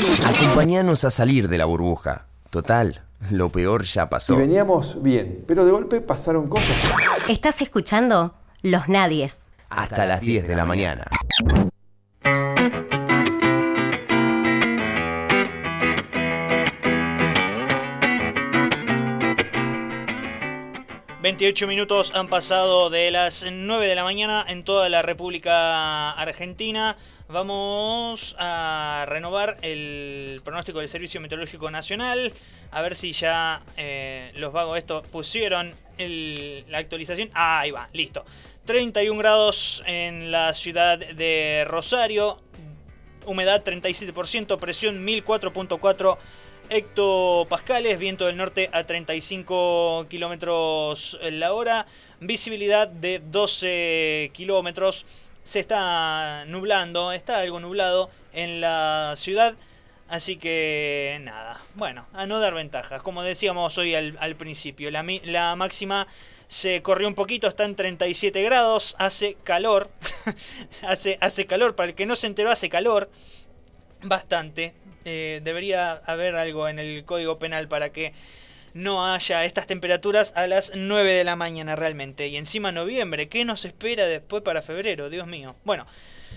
Acompáñanos a salir de la burbuja. Total, lo peor ya pasó. Y veníamos bien, pero de golpe pasaron cosas. Estás escuchando Los Nadies. Hasta las 10 de la mañana. ...28 minutos han pasado de las 9 de la mañana en toda la República Argentina. Vamos a renovar el pronóstico del Servicio Meteorológico Nacional. A ver si ya los vagos estos pusieron la actualización. Ahí va, listo. 31 grados en la ciudad de Rosario. Humedad 37%, presión 1004.4 hectopascales, viento del norte a 35 kilómetros la hora, visibilidad de 12 kilómetros. Se está nublando, está algo nublado en la ciudad, así que nada, bueno, a no dar ventajas. Como decíamos hoy al principio, la máxima se corrió un poquito, está en 37 grados, hace calor, hace calor, para el que no se enteró hace calor, bastante. Debería haber algo en el Código Penal para que no haya estas temperaturas a las 9 de la mañana realmente. Y encima noviembre, ¿qué nos espera después para febrero? Dios mío. Bueno,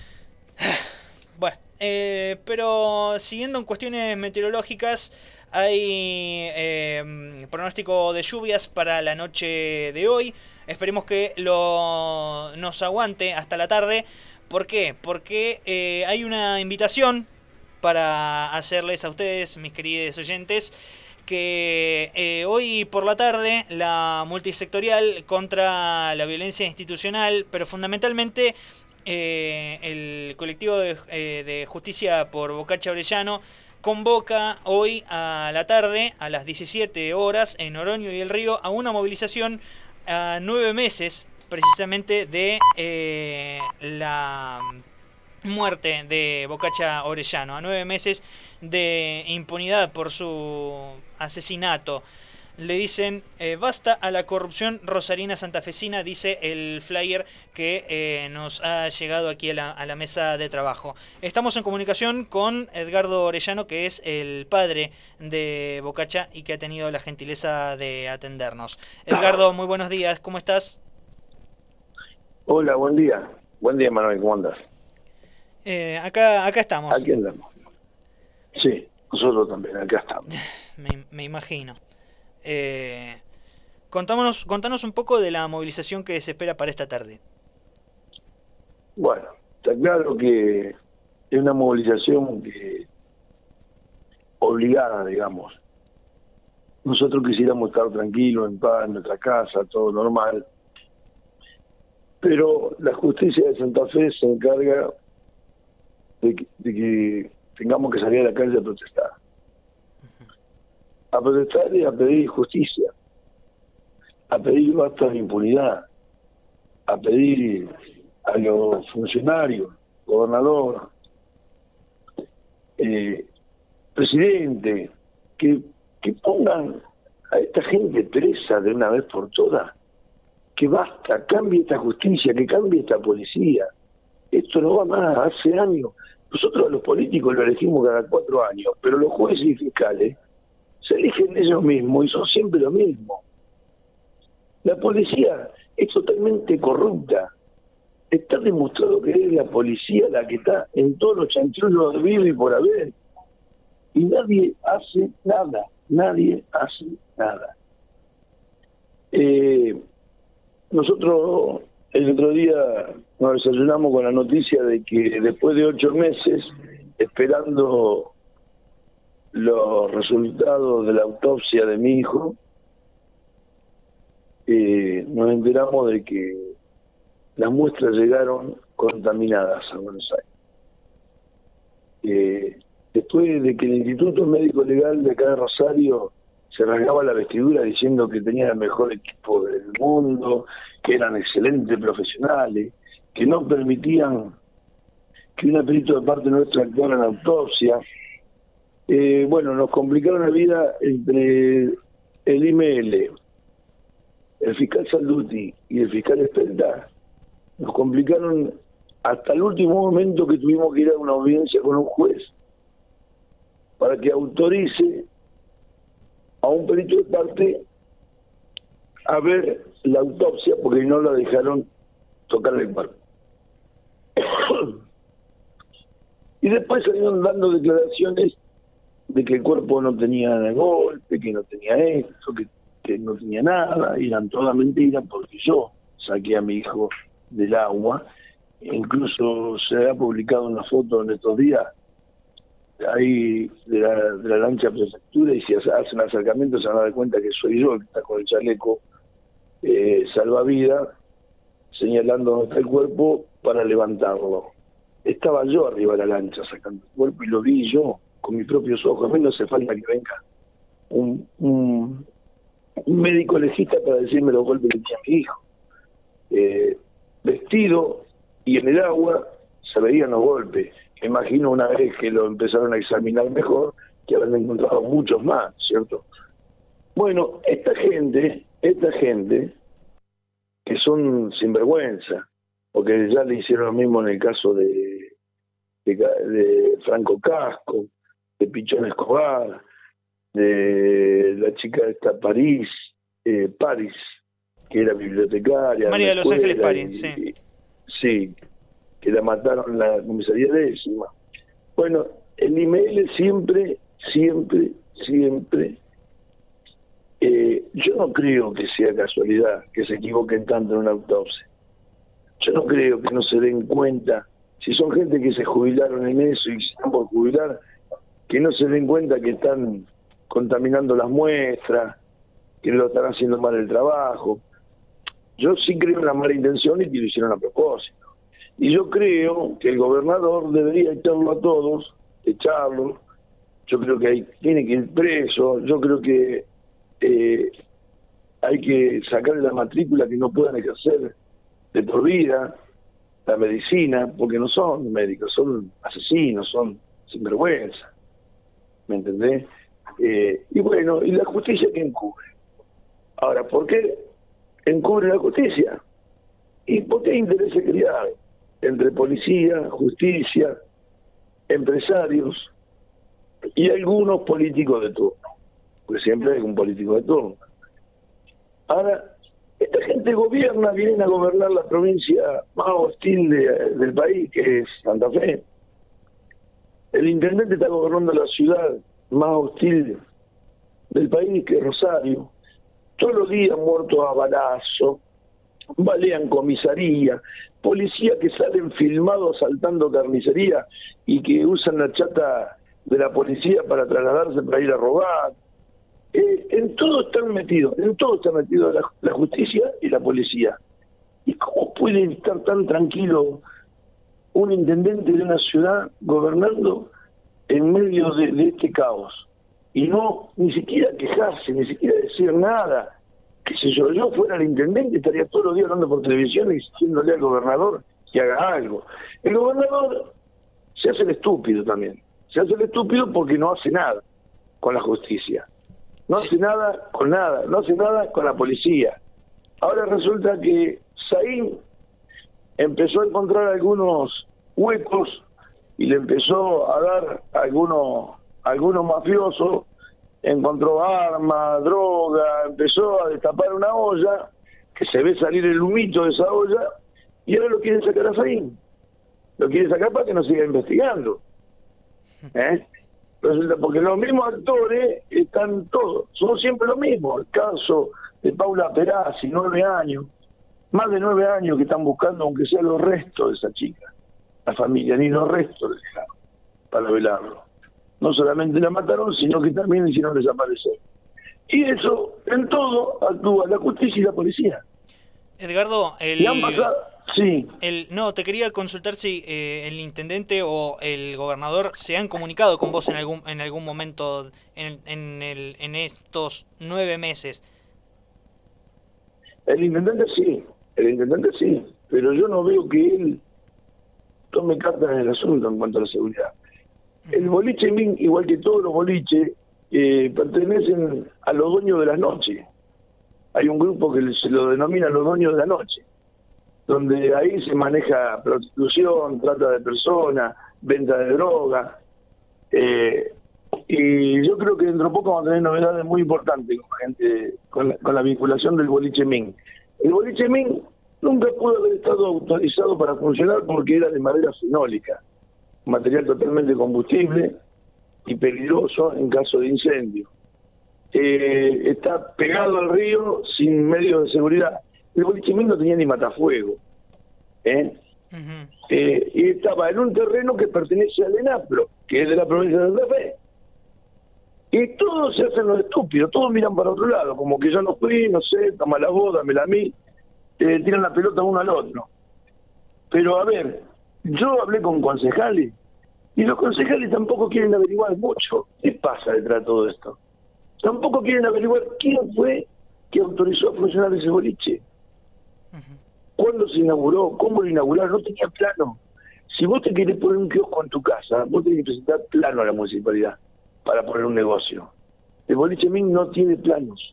pero siguiendo en cuestiones meteorológicas, hay pronóstico de lluvias para la noche de hoy. Esperemos que nos aguante hasta la tarde. ¿Por qué? Porque hay una invitación para hacerles a ustedes, mis queridos oyentes, que hoy por la tarde la multisectorial contra la violencia institucional, pero fundamentalmente el colectivo de justicia por Bocacha Orellano, convoca hoy a la tarde, a las 17 horas, en Oroño y El Río, a una movilización a 9 meses precisamente de la muerte de Bocacha Orellano, a 9 meses de impunidad por su asesinato. Le dicen basta a la corrupción rosarina santafesina, dice el flyer que nos ha llegado aquí a la mesa de trabajo. Estamos en comunicación con Edgardo Orellano, que es el padre de Bocacha y que ha tenido la gentileza de atendernos. Edgardo, muy buenos días, ¿cómo estás? Hola, buen día. Buen día, Manuel, ¿cómo andas? Acá estamos. Aquí andamos. Sí, nosotros también, acá estamos. Me imagino. Contanos un poco de la movilización que se espera para esta tarde. Bueno, está claro que es una movilización obligada, digamos. Nosotros quisiéramos estar tranquilos, en paz, en nuestra casa, todo normal. Pero la justicia de Santa Fe se encarga de que tengamos que salir a la calle a protestar. A protestar y a pedir justicia, a pedir basta de impunidad, a pedir a los funcionarios, gobernador, presidente, que pongan a esta gente presa de una vez por todas, que basta, cambie esta justicia, que cambie esta policía. Esto no va más, hace años. Nosotros los políticos lo elegimos cada 4 años, pero los jueces y fiscales se eligen ellos mismos y son siempre lo mismo. La policía es totalmente corrupta. Está demostrado que es la policía la que está en todos los chanchullos de vida y por haber. Y nadie hace nada. Nadie hace nada. Nosotros el otro día nos desayunamos con la noticia de que después de 8 meses, esperando los resultados de la autopsia de mi hijo, nos enteramos de que las muestras llegaron contaminadas a Buenos Aires. Después de que el Instituto Médico Legal de acá de Rosario se rasgaba la vestidura diciendo que tenía el mejor equipo del mundo, que eran excelentes profesionales, que no permitían que un perito de parte nuestra actuara en autopsia. Bueno, nos complicaron la vida entre el IML, el fiscal Salduti y el fiscal Espelta. Nos complicaron hasta el último momento que tuvimos que ir a una audiencia con un juez. para que autorice a un perito de parte a ver la autopsia, porque no la dejaron tocar el cuerpo. Y después salieron dando declaraciones de que el cuerpo no tenía golpe, que no tenía esto, que no tenía nada, y eran toda mentira, porque yo saqué a mi hijo del agua. Incluso se ha publicado una foto en estos días ahí de la lancha prefectura, y si hacen acercamientos se van a dar cuenta que soy yo el que está con el chaleco salvavidas, señalando dónde está el cuerpo para levantarlo. Estaba yo arriba de la lancha sacando el cuerpo y lo vi yo con mis propios ojos. A mí no hace falta que venga un médico legista para decirme los golpes que tenía mi hijo. Vestido y en el agua se veían los golpes. Me imagino una vez que lo empezaron a examinar mejor, que habrán encontrado muchos más, ¿cierto? Bueno, esta gente que son sinvergüenza, porque ya le hicieron lo mismo en el caso de Franco Casco, de Pichón Escobar, de la chica esta París, que era bibliotecaria. María de los Ángeles París, sí. Sí, que la mataron en la comisaría décima. Bueno, el IML siempre, yo no creo que sea casualidad que se equivoquen tanto en una autopsia. Yo no creo que no se den cuenta, si son gente que se jubilaron en eso y se están por jubilar, que no se den cuenta que están contaminando las muestras, que lo están haciendo mal el trabajo. Yo sí creo en la mala intención y que lo hicieron a propósito. Y yo creo que el gobernador debería echarlo a todos, echarlo. Yo creo que tiene que ir preso. Yo creo que hay que sacarle la matrícula, que no puedan ejercer de por vida la medicina, porque no son médicos, son asesinos, son sinvergüenza. ¿Me entendés? Y bueno, ¿y la justicia qué encubre? Ahora, ¿por qué encubre la justicia? ¿Y por qué hay intereses creados entre policía, justicia, empresarios y algunos políticos de turno? Porque siempre hay un político de turno. Ahora, esta gente gobierna, vienen a gobernar la provincia más hostil del país, que es Santa Fe. El intendente está gobernando la ciudad más hostil del país, que es Rosario. Todos los días muertos a balazo, balean comisaría, policía que salen filmados asaltando carnicería y que usan la chata de la policía para trasladarse para ir a robar. En todo están metidos, la justicia y la policía. ¿Y cómo puede estar tan tranquilo un intendente de una ciudad gobernando en medio de este caos? Y no, ni siquiera quejarse, ni siquiera decir nada. Que si yo fuera el intendente, estaría todos los días hablando por televisión y diciéndole al gobernador que haga algo. El gobernador se hace el estúpido también. Se hace el estúpido porque no hace nada con la justicia. No hace nada con nada, no hace nada con la policía. Ahora resulta que Saín empezó a encontrar algunos huecos y le empezó a dar a algunos mafiosos, encontró armas, droga, empezó a destapar una olla, que se ve salir el humito de esa olla, y ahora lo quieren sacar a Saín. Lo quieren sacar para que no siga investigando. Resulta, porque los mismos actores están todos, son siempre lo mismo. El caso de Paula Perazzi, 9 años, más de 9 años que están buscando, aunque sea los restos de esa chica, la familia, ni los restos les dejaron para velarlo. No solamente la mataron, sino que también la hicieron desaparecer. Y eso, en todo, actúa la justicia y la policía. Edgardo, sí. No, te quería consultar si el intendente o el gobernador se han comunicado con vos en algún momento en estos 9 meses. El intendente sí, pero yo no veo que él tome cartas en el asunto en cuanto a la seguridad. El boliche, igual que todos los boliches, pertenecen a los dueños de las noches. Hay un grupo que se lo denomina los dueños de la noche, donde ahí se maneja prostitución, trata de personas, venta de droga. y yo creo que dentro de poco vamos a tener novedades muy importantes con gente, con la vinculación del boliche Min. El boliche Min nunca pudo haber estado autorizado para funcionar porque era de madera fenólica, material totalmente combustible y peligroso en caso de incendio. Está pegado al río sin medios de seguridad. El boliche Min no tenía ni matafuego, y estaba en un terreno que pertenece al ENAPRO, que es de la provincia de Santa Fe. Y todos se hacen los estúpidos, todos miran para otro lado, como que yo no fui, no sé, toma la boda, me la a mí, tiran la pelota uno al otro. Pero a ver, yo hablé con concejales, y los concejales tampoco quieren averiguar mucho qué pasa detrás de todo esto. Tampoco quieren averiguar quién fue que autorizó a funcionar ese boliche. ¿Cuándo se inauguró? ¿Cómo lo inauguraron? No tenía plano. Si vos te querés poner un kiosco en tu casa, vos tenés que presentar plano a la municipalidad para poner un negocio. El boliche Min no tiene planos.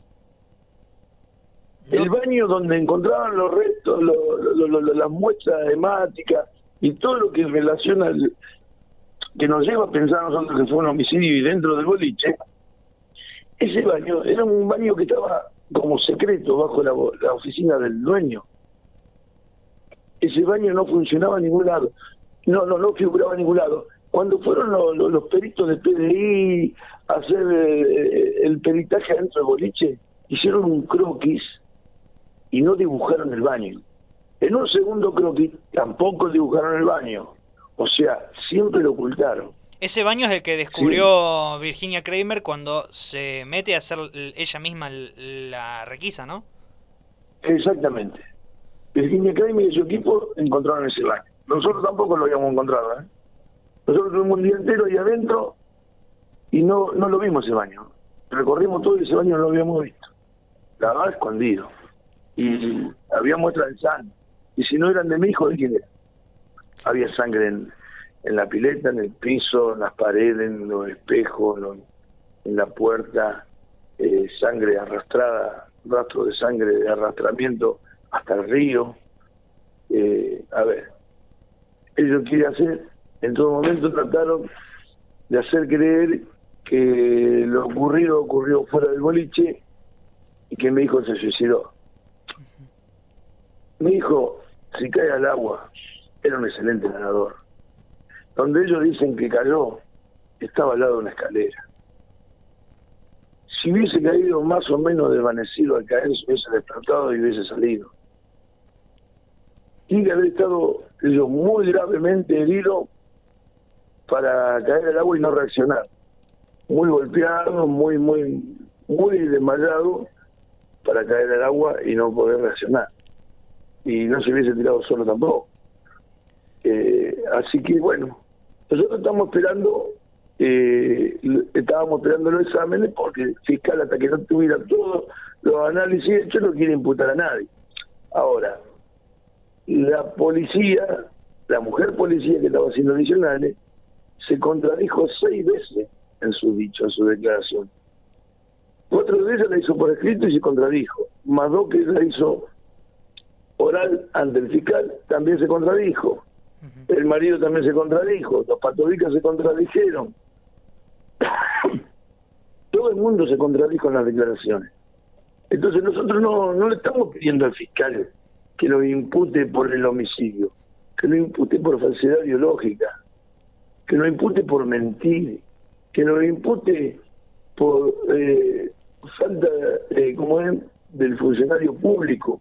El baño donde encontraban los restos, las muestras hemáticas y todo lo que relaciona, que nos lleva a pensar a nosotros que fue un homicidio y dentro del boliche, ese baño era un baño que estaba como secreto bajo la oficina del dueño. Ese baño no funcionaba en ningún lado, no figuraba en ningún lado. Cuando fueron los peritos de PDI a hacer el peritaje adentro del boliche, hicieron un croquis y no dibujaron el baño. En un segundo croquis tampoco dibujaron el baño. O sea, siempre lo ocultaron. Ese baño es el que descubrió Virginia Kramer cuando se mete a hacer ella misma la requisa, ¿no? Exactamente. Virginia Kramer y su equipo encontraron ese baño. Nosotros tampoco lo habíamos encontrado, ¿eh? Nosotros tuvimos un día entero ahí adentro y no lo vimos ese baño. Recorrimos todo y ese baño no lo habíamos visto. Estaba escondido. Y había muestras de sangre. Y si no eran de mi hijo, ¿de quién era? Había sangre en la pileta, en el piso, en las paredes, en los espejos, en la puerta, sangre arrastrada, rastro de sangre de arrastramiento hasta el río. A ver, ellos quieren hacer, en todo momento trataron de hacer creer que lo ocurrió fuera del boliche y que mi hijo se suicidó. Mi hijo, si cae al agua, era un excelente nadador. Donde ellos dicen que cayó, estaba al lado de una escalera. Si hubiese caído más o menos desvanecido al caer, se hubiese despertado y hubiese salido. Tiene que haber estado ellos muy gravemente herido para caer al agua y no reaccionar. Muy golpeado, muy desmayado para caer al agua y no poder reaccionar. Y no se hubiese tirado solo tampoco. Así que bueno, nosotros estamos esperando, estábamos esperando los exámenes porque el fiscal, hasta que no tuviera todos los análisis hechos, no quiere imputar a nadie. Ahora, la policía, la mujer policía que estaba haciendo adicionales, se contradijo 6 veces en su dicho, en su declaración. 4 de ellas la hizo por escrito y se contradijo, más 2 que la hizo oral ante el fiscal, también se contradijo. El marido también se contradijo, los patobicas se contradijeron. Todo el mundo se contradijo en las declaraciones. Entonces nosotros no le estamos pidiendo al fiscal que lo impute por el homicidio, que lo impute por falsedad ideológica, que lo impute por mentir, que lo impute por falta como es del funcionario público.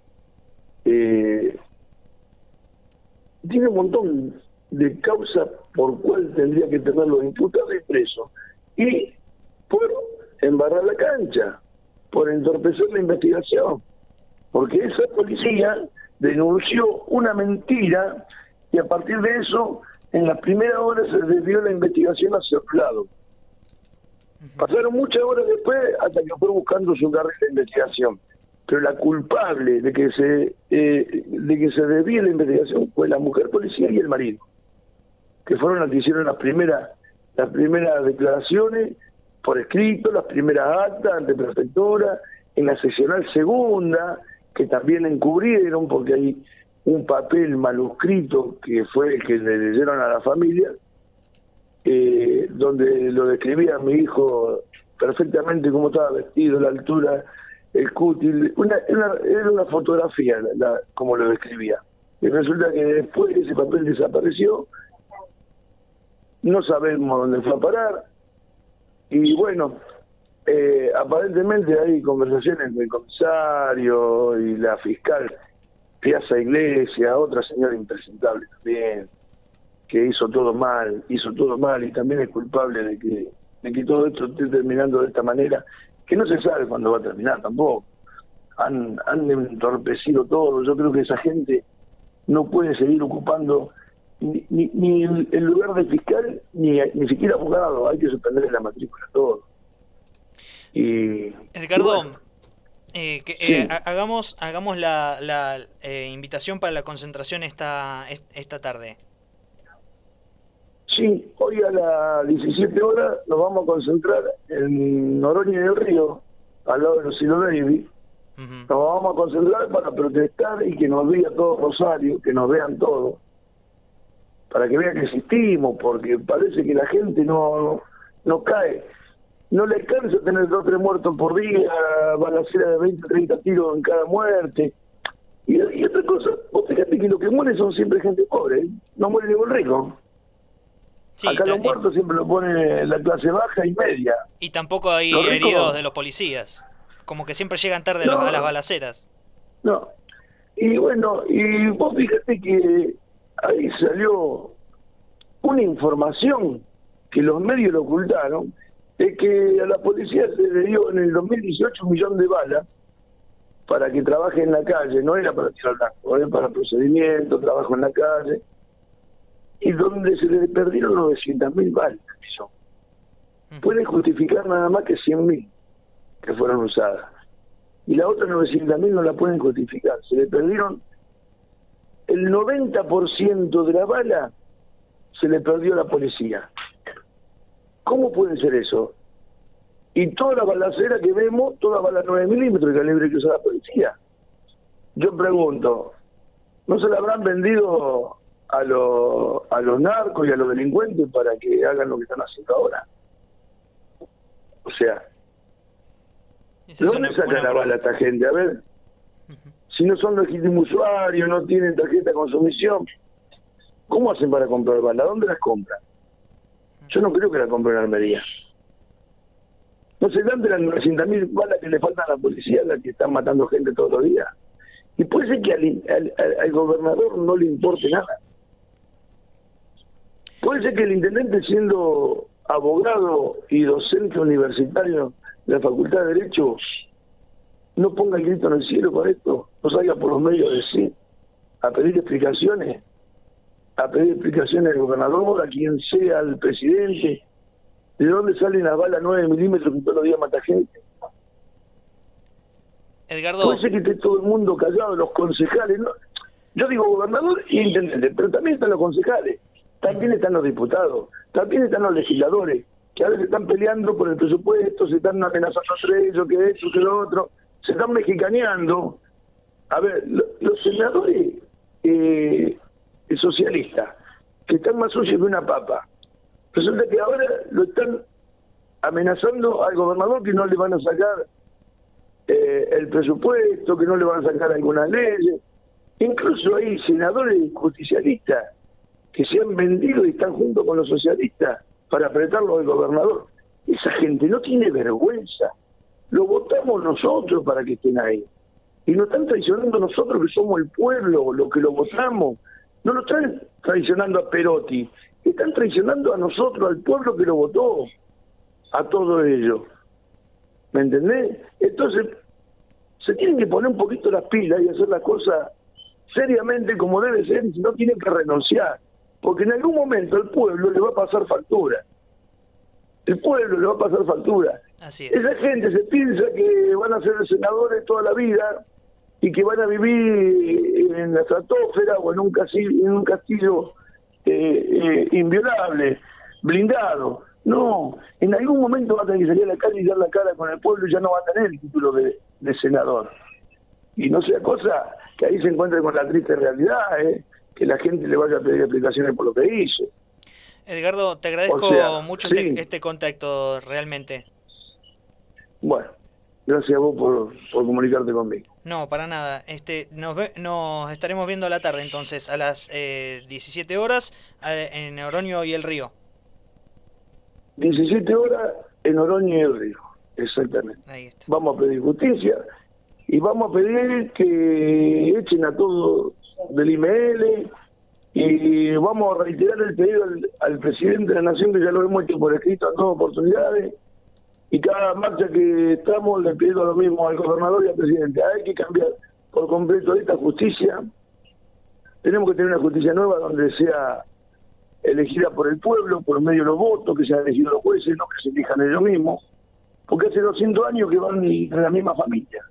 Tiene un montón de causas por cuál tendría que tener los imputados y presos, y por embarrar la cancha, por entorpecer la investigación, porque esa policía denunció una mentira y a partir de eso en las primeras horas se desvió la investigación hacia otro lado. Pasaron muchas horas después hasta que fue buscando su carrera de investigación, pero la culpable de que se desvíe la investigación fue la mujer policía y el marido, que fueron las que hicieron las primeras declaraciones por escrito, las primeras actas ante prefectura, en la seccional segunda, que también encubrieron porque hay un papel manuscrito que fue el que le leyeron a la familia, donde lo describía mi hijo perfectamente, cómo estaba vestido, la altura, el cutis, era una fotografía como lo describía. Y resulta que después ese papel desapareció, no sabemos dónde fue a parar, y bueno, aparentemente hay conversaciones entre el comisario y la fiscal Piazza Iglesia, otra señora impresentable también, que hizo todo mal y también es culpable de que todo esto esté terminando de esta manera, que no se sabe cuándo va a terminar tampoco. Han entorpecido todo. Yo creo que esa gente no puede seguir ocupando ni el lugar de fiscal ni siquiera abogado. Hay que suspender la matrícula, todo. Y Edgardo, bueno, sí. Hagamos la invitación para la concentración esta tarde. Sí, hoy a las 17 horas nos vamos a concentrar en Noroña del Río, al lado de los Silo Davis. Nos vamos a concentrar para protestar y que nos vea todo Rosario, que nos vean todos, para que vean que existimos, porque parece que la gente no cae. No le alcanza tener 2 o 3 muertos por día, balacera de 20 o 30 tiros en cada muerte. Y otra cosa, vos fíjate que lo que muere son siempre gente pobre, ¿eh? No muere ningún rico. Sí, acá los muertos siempre lo pone la clase baja y media. Y tampoco hay heridos de los policías. Como que siempre llegan tarde a las balaceras. No. Y bueno, y vos fíjate que ahí salió una información que los medios lo ocultaron, de que a la policía se le dio en el 2018 1 millón de balas para que trabaje en la calle. No era para tirar blanco, era para procedimiento, trabajo en la calle. Y donde se le perdieron 900.000 balas. Pueden justificar nada más que 100.000 que fueron usadas. Y la otra 900.000 no la pueden justificar. Se le perdieron el 90% de la bala, se le perdió a la policía. ¿Cómo puede ser eso? Y toda la balacera que vemos, toda bala 9 milímetros de calibre que usa la policía. Yo pregunto, ¿no se la habrán vendido a los narcos y a los delincuentes para que hagan lo que están haciendo ahora? O sea, ¿de dónde saca la bala esta gente? A ver, si no son legítimos usuarios, no tienen tarjeta de consumición, ¿cómo hacen para comprar bala? ¿Dónde las compran? Yo no creo que la compren en Almería. No se dan de las 900.000 balas que le faltan a la policía, las que están matando gente todos los días. Y puede ser que al gobernador no le importe nada. Puede ser que el intendente, siendo abogado y docente universitario de la Facultad de Derecho, no ponga el grito en el cielo con esto, no salga por los medios a decir, a pedir explicaciones al gobernador, a quien sea, al presidente, de dónde salen las balas 9 milímetros que todos los días mata gente. Edgardo, puede ser que esté todo el mundo callado, los concejales, ¿no? Yo digo gobernador y intendente, pero también están los concejales, también están los diputados, también están los legisladores, que a veces están peleando por el presupuesto, se están amenazando entre ellos, que eso, que lo otro, se están mexicaneando. A ver, los senadores socialistas, que están más sucios que una papa, resulta que ahora lo están amenazando al gobernador que no le van a sacar el presupuesto, que no le van a sacar algunas leyes. Incluso hay senadores justicialistas que se han vendido y están junto con los socialistas para apretarlo al gobernador. Esa gente no tiene vergüenza. Lo votamos nosotros para que estén ahí. Y nos están traicionando nosotros, que somos el pueblo, los que lo votamos. No lo están traicionando a Perotti, están traicionando a nosotros, al pueblo que lo votó, a todo ello. ¿Me entendés? Entonces, se tienen que poner un poquito las pilas y hacer las cosas seriamente como debe ser, y si no tienen que renunciar. Porque en algún momento al pueblo le va a pasar factura. El pueblo le va a pasar factura. Así es. Esa gente se piensa que van a ser senadores toda la vida y que van a vivir en la estratosfera o en un castillo inviolable, blindado. No, en algún momento va a tener que salir a la calle y dar la cara con el pueblo y ya no va a tener el título de senador. Y no sea cosa que ahí se encuentre con la triste realidad, que la gente le vaya a pedir explicaciones por lo que hizo. Edgardo, te agradezco mucho sí. este contacto, realmente. Bueno, gracias a vos por comunicarte conmigo. No, para nada. Nos estaremos viendo a la tarde, entonces, a las 17 horas en Oroño y el Río. 17 horas en Oroño y el Río, exactamente. Ahí está. Vamos a pedir justicia y vamos a pedir que echen a todos del IML y vamos a reiterar el pedido al presidente de la Nación, que ya lo hemos hecho por escrito en 2 oportunidades, y cada marcha que estamos le pido lo mismo al gobernador y al presidente. Hay que cambiar por completo esta justicia. Tenemos que tener una justicia nueva donde sea elegida por el pueblo, por medio de los votos, que sean elegidos los jueces, no que se elijan ellos mismos, porque hace 200 años que van en la misma familia.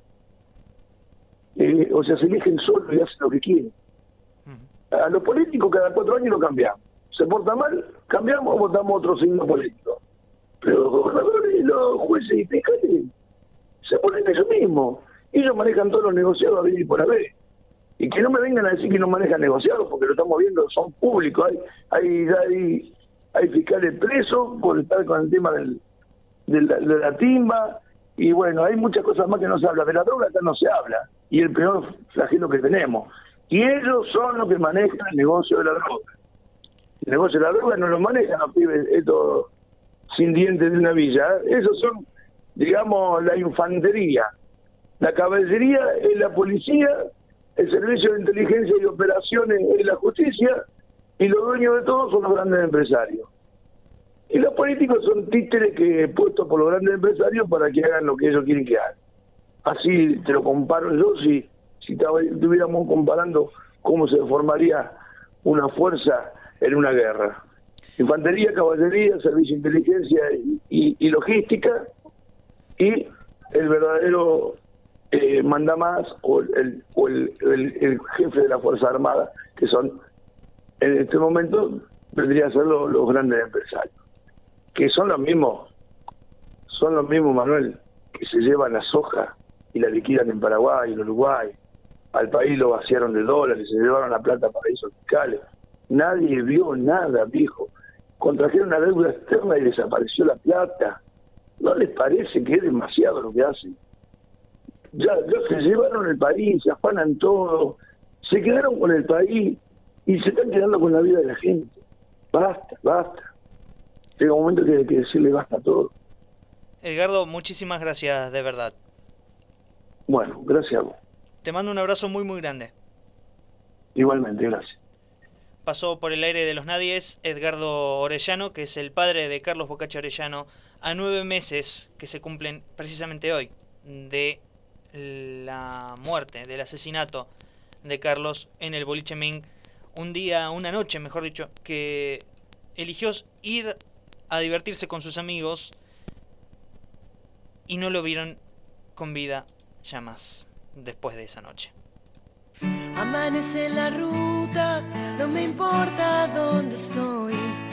O sea, se eligen solos y hacen lo que quieren. A los políticos cada 4 años lo cambiamos. Se porta mal, cambiamos o votamos otro signo político. Pero los gobernadores, los jueces y fiscales se ponen ellos mismos. Ellos manejan todos los negociados a venir por haber. Y que no me vengan a decir que no manejan negociados, porque lo estamos viendo, son públicos. Hay fiscales presos por estar con el tema de la timba. Y bueno, hay muchas cosas más que no se habla. De la droga acá no se habla. Y el peor flagelo que tenemos. Y ellos son los que manejan el negocio de la droga. El negocio de la droga no lo manejan los pibes estos sin dientes de una villa. Esos son, digamos, la infantería. La caballería es la policía, el servicio de inteligencia y operaciones es la justicia, y los dueños de todo son los grandes empresarios. Y los políticos son títeres que puestos por los grandes empresarios para que hagan lo que ellos quieren que hagan. Así te lo comparo yo, si estuviéramos comparando cómo se formaría una fuerza en una guerra. Infantería, caballería, servicio de inteligencia y logística, y el verdadero mandamás o el jefe de la Fuerza Armada, que son, en este momento, vendría a ser los grandes empresarios, que son los mismos, Manuel, que se llevan la soja y la liquidan en Paraguay, en Uruguay. Al país lo vaciaron de dólares, se llevaron la plata a paraísos fiscales. Nadie vio nada, viejo. Contrajeron una deuda externa y desapareció la plata. ¿No les parece que es demasiado lo que hacen? Ya se llevaron el país, se afanan todo, se quedaron con el país y se están quedando con la vida de la gente. Basta. Llega un momento que hay que decirle basta a todo. Edgardo, muchísimas gracias, de verdad. Bueno, gracias a vos. Te mando un abrazo muy, muy grande. Igualmente, gracias. Pasó por el aire de los nadies Edgardo Orellano, que es el padre de Carlos Bocacha Orellano, a 9 meses que se cumplen precisamente hoy de la muerte, del asesinato de Carlos en el boliche Ming. Una noche, mejor dicho, que eligió ir a divertirse con sus amigos y no lo vieron con vida ya más después de esa noche. Amanece la ruta, no me importa dónde estoy.